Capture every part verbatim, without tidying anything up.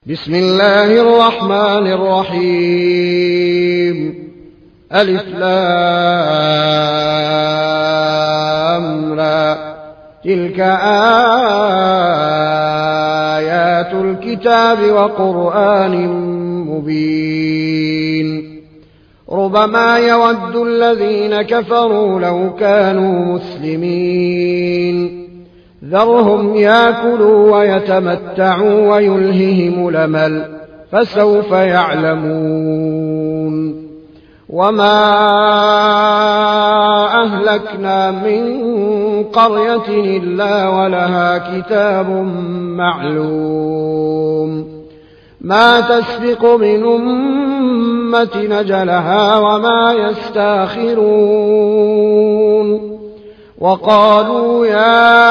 بسم الله الرحمن الرحيم ألف لام را تلك آيات الكتاب وقرآن مبين ربما يود الذين كفروا لو كانوا مسلمين ذرهم يأكلوا ويتمتعوا ويلههم الأمل فسوف يعلمون وما أهلكنا من قرية إلا ولها كتاب معلوم ما تسبق من أمة نجلها وما يستاخرون وقالوا يا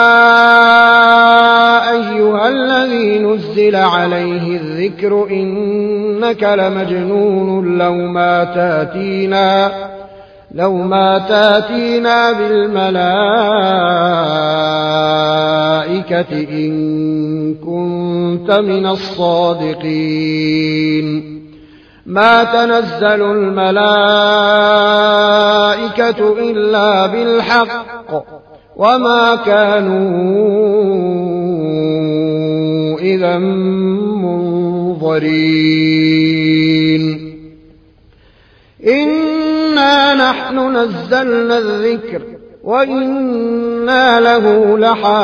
أيها الذي نزل عليه الذكر إنك لمجنون لو ما تاتينا لو ما تاتينا بالملائكة إن كنت من الصادقين ما تنزل الملائكة إلا بالحق وما كانوا إذا منظرين إنا نحن نزلنا الذكر وإنا له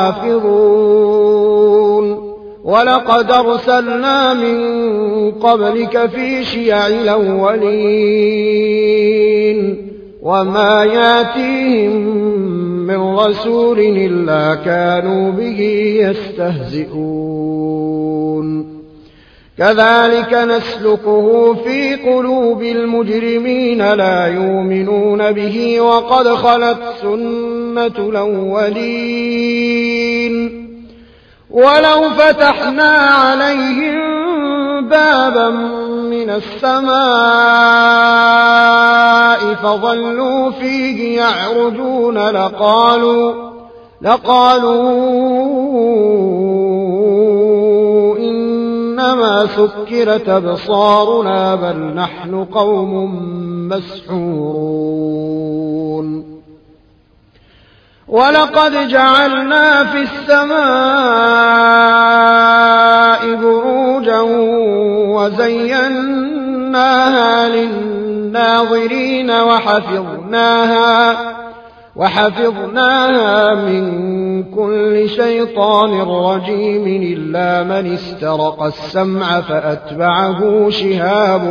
لحافظون ولقد أرسلنا من قبلك في شيع الأولين وما ياتيهم من رسول إلا كانوا به يستهزئون كذلك نسلكه في قلوب المجرمين لا يؤمنون به وقد خلت سنة الأولين ولو فتحنا عليهم بابا من السماء فظلوا فيه يعرجون لقالوا, لقالوا إنما سكرت أبصارنا بل نحن قوم مسحورون ولقد جعلنا في السماء بروجا وزيناها للناظرين وحفظناها, وحفظناها من كل شيطان رجيم إلا من استرق السمع فأتبعه شهاب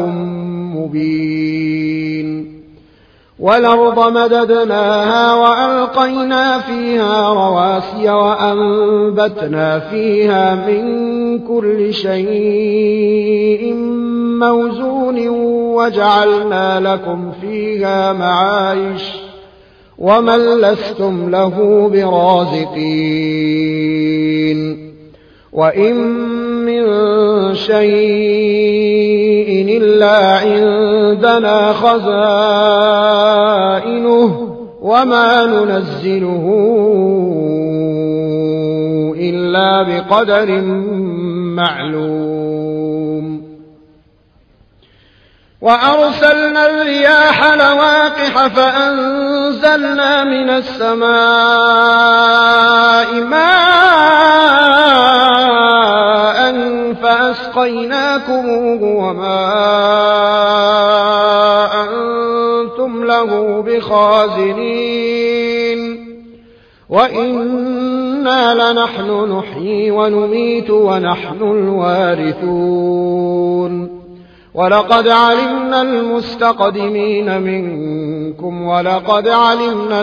مبين والأرض مددناها وألقينا فيها رواسي وأنبتنا فيها من كل شيء موزون وجعلنا لكم فيها معايش ومن لستم له برازقين وإن من شيء إلا عندنا خزائنه وما ننزله إلا بقدر معلوم وأرسلنا الرياح لواقح فأنزلنا من السماء ماء فأسقيناكموه وما أنتم له بخازنين وإنا لنحن نحيي ونميت ونحن الوارثون ولقد علمنا المستقدمين منكم ولقد علمنا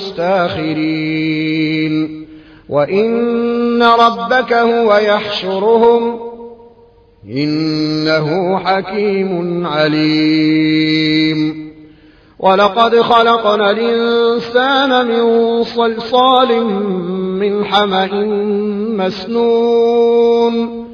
المستاخرين وإن ربك هو يحشرهم إنه حكيم عليم ولقد خلقنا الإنسان من صلصال من حمأ مسنون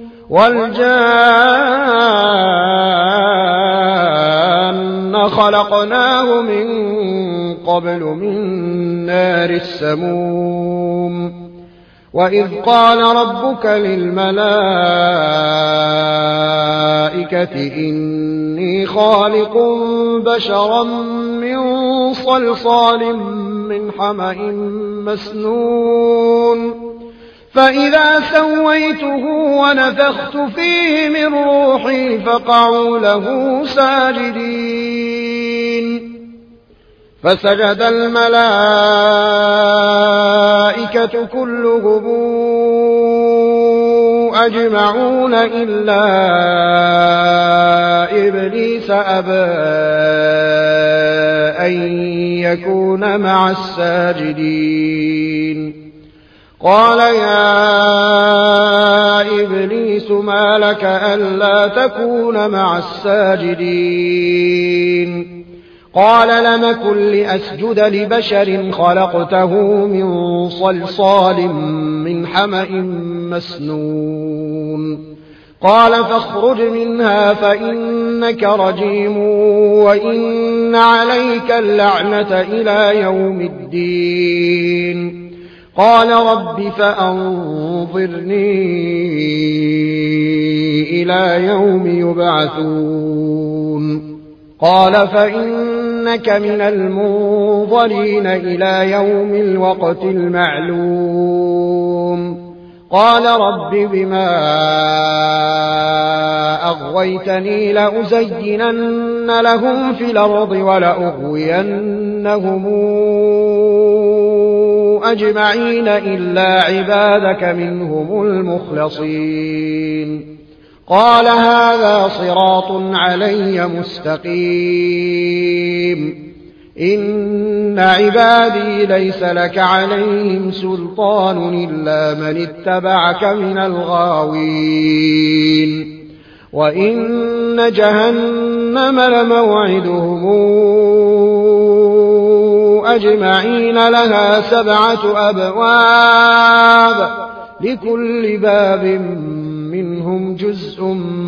والجان خلقناه من قبل من نار السموم وإذ قال ربك للملائكة الملائكة إني خالق بشرا من صلصال من حمأ مسنون فإذا سويته ونفخت فيه من روحي فقعوا له ساجدين فسجد الملائكة كلهم أجمعون إلا إبليس أبى أن يكون مع الساجدين قال يا إبليس ما لك ألا تكون مع الساجدين قال لم أكن لأسجد لبشر خلقته من صلصال من حمأ مسنون قال فاخرج منها فإنك رجيم وإن عليك اللعنة إلى يوم الدين قال رب فأنظرني إلى يوم يبعثون قال فإنك من المنظرين إلى يوم الوقت المعلوم قال رب بما أغويتني لأزينن لهم في الأرض ولأغوينهم أجمعين إلا عبادك منهم المخلصين قال هذا صراط علي مستقيم إن عبادي ليس لك عليهم سلطان إلا من اتبعك من الغاوين وإن جهنم لموعدهم أجمعين لها سبعة أبواب لكل باب منهم جزء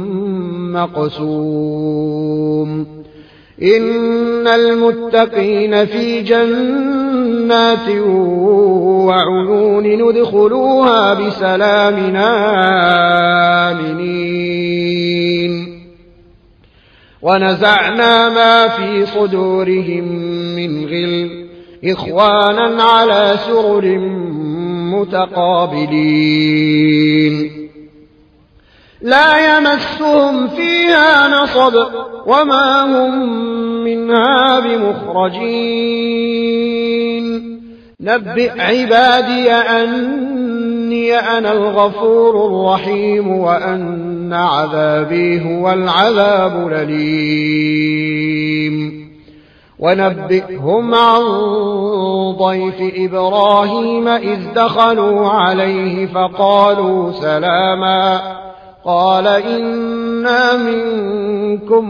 مقسوم إن المتقين في جنات وعيون ندخلوها بسلام آمنين ونزعنا ما في صدورهم من غل إخوانا على سرر متقابلين لا يمسهم فيها نصب وما هم منها بمخرجين نبئ عبادي أني أنا الغفور الرحيم وأن عذابي هو العذاب الأليم ونبئهم عن ضيف إبراهيم إذ دخلوا عليه فقالوا سلاما قال إنا منكم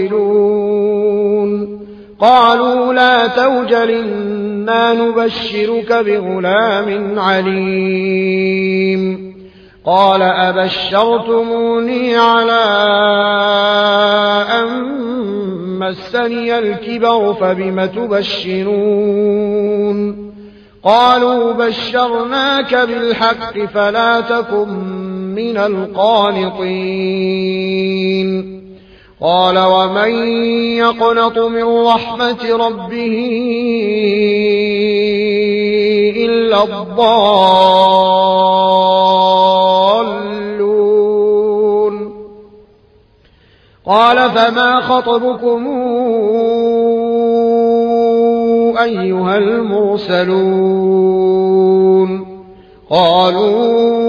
وجلون قالوا لا توجل إنا نبشرك بغلام عليم قال أبشرتموني على أن مسني الكبر فبم تبشرون قالوا بشرناك بالحق فلا تكن من القانطين قال ومن يقنط من رحمة ربه إلا الضالون قال فما خطبكم أيها المرسلون قالوا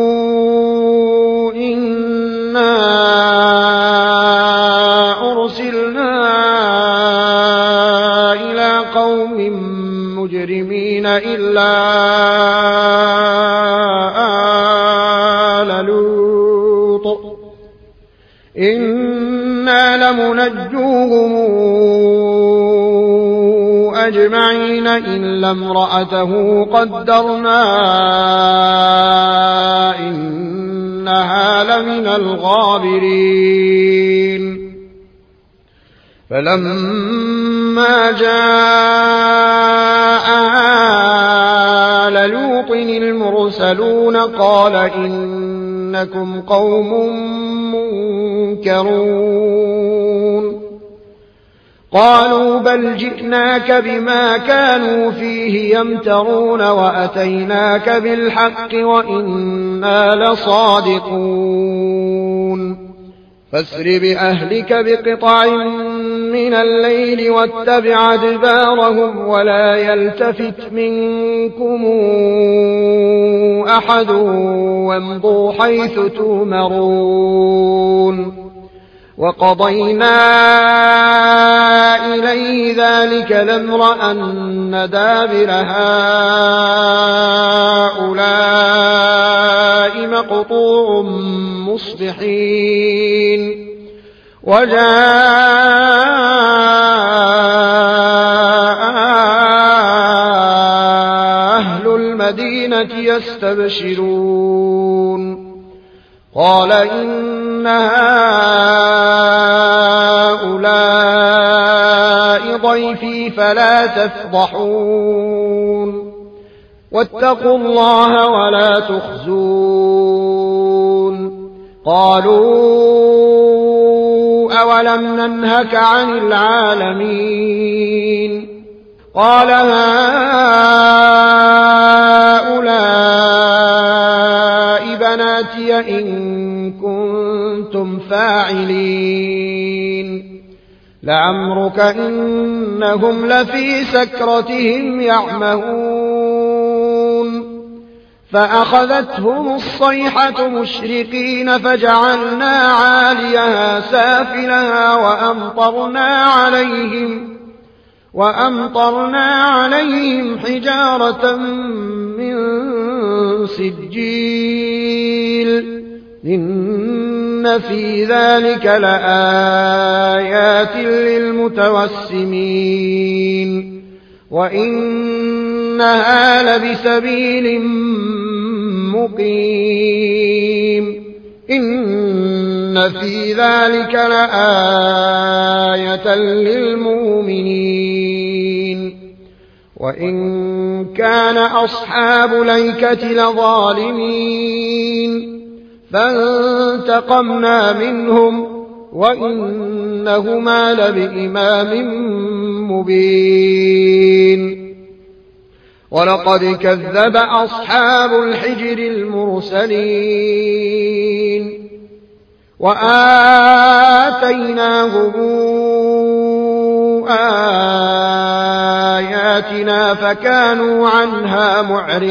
مجرمين إلا آل لوط إنا لمنجوهم أجمعين إلا امرأته قدرنا إنها لمن الغابرين فلما جاء آل لوط المرسلون قال إن إنكم قوم منكرون قالوا بل جئناك بما كانوا فيه يمترون وأتيناك بالحق وإنا لصادقون فاسر بأهلك بقطع من الليل واتبع أدبارهم ولا يلتفت منكم أحد وامضوا حيث تؤمرون وقضينا إليه ذلك الأمر أن دابر هؤلاء مقطوع مصبحين وجاء أهل المدينة يستبشرون قال إن هؤلاء ضيفي فلا تفضحون واتقوا الله ولا تخزون قالوا أولم ننهك عن العالمين قال هؤلاء بناتي إن كنتم فاعلين لعمرك إنهم لفي سكرتهم يعمهون فأخذتهم الصيحة مشرقين فجعلنا عاليها سافلها وأمطرنا عليهم وأمطرنا عليهم حجارة من سجيل إن في ذلك لآيات للمتوسمين وإنها لبسبيل مقيم إن في ذلك لآية للمؤمنين وإن كان أصحاب الأيكة لظالمين فانتقمنا منهم وإنهما لبإمام مبين ولقد كذب أصحاب الحجر المرسلين وآتيناهم آياتنا فكانوا عنها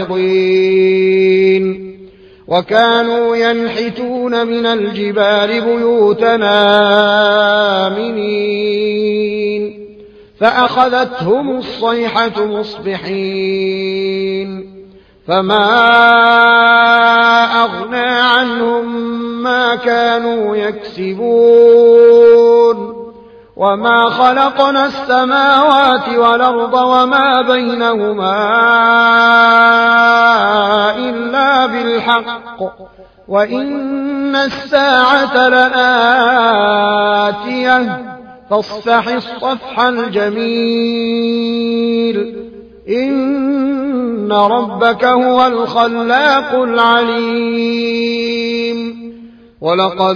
معرضين وكانوا ينحتون من الجبال بيوتنا آمنين فأخذتهم الصيحة مصبحين فما أغنى عنهم ما كانوا يكسبون وما خلقنا السماوات والأرض وما بينهما إلا بالحق وإن الساعة لآتية فاصفح الصفح الجميل إن ربك هو الخلاق العليم ولقد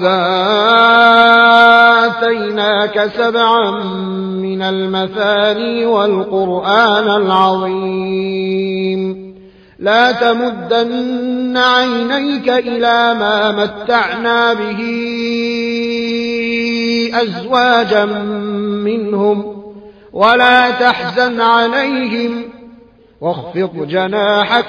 آتيناك سبعا من المثاني والقرآن العظيم لا تمدن عينيك إلى ما متعنا به أزواجا منهم ولا تحزن عليهم واخفض جناحك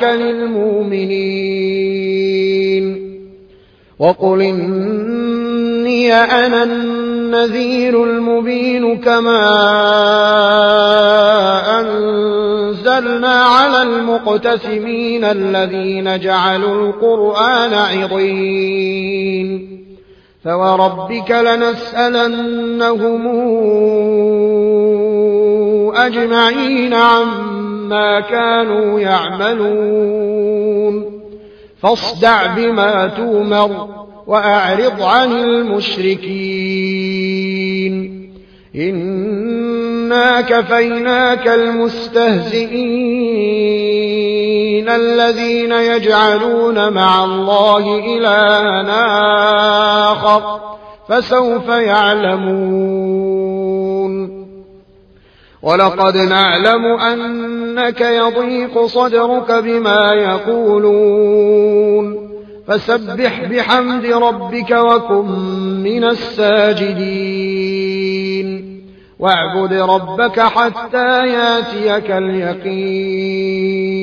للمؤمنين وقل إني أنا النذير المبين كما أنزلنا على المقتسمين الذين جعلوا القرآن عضين فوربك لنسألنهم أجمعين عما كانوا يعملون فاصدع بما تؤمر وأعرض عن المشركين إنا كفيناك المستهزئين المشركين الذين يجعلون مع الله إلها آخر فسوف يعلمون. ولقد نعلم أنك يضيق صدرك بما يقولون فسبح بحمد ربك وكن من الساجدين واعبد ربك حتى ياتيك اليقين.